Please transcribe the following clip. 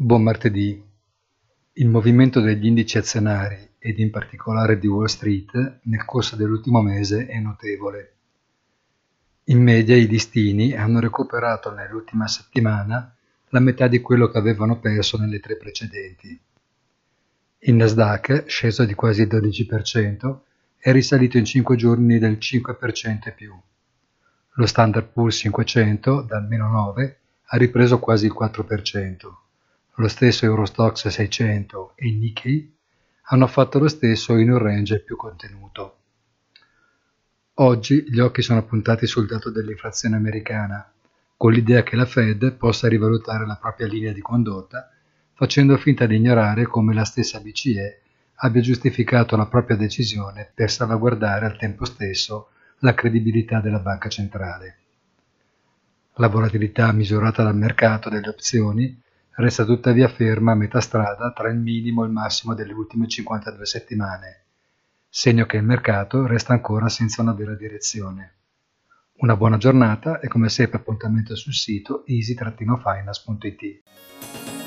Buon martedì. Il movimento degli indici azionari ed in particolare di Wall Street nel corso dell'ultimo mese è notevole. In media i listini hanno recuperato nell'ultima settimana la metà di quello che avevano perso nelle 3 precedenti. Il Nasdaq, sceso di quasi il 12%, è risalito in 5 giorni del 5% e più. Lo Standard Poor's 500, dal -9, ha ripreso quasi il 4%. Lo stesso Eurostoxx 600 e il Nikkei hanno fatto lo stesso in un range più contenuto. Oggi gli occhi sono puntati sul dato dell'inflazione americana, con l'idea che la Fed possa rivalutare la propria linea di condotta, facendo finta di ignorare come la stessa BCE abbia giustificato la propria decisione per salvaguardare al tempo stesso la credibilità della banca centrale. La volatilità misurata dal mercato delle opzioni resta tuttavia ferma a metà strada tra il minimo e il massimo delle ultime 52 settimane, segno che il mercato resta ancora senza una vera direzione. Una buona giornata e come sempre appuntamento sul sito easy-finance.it.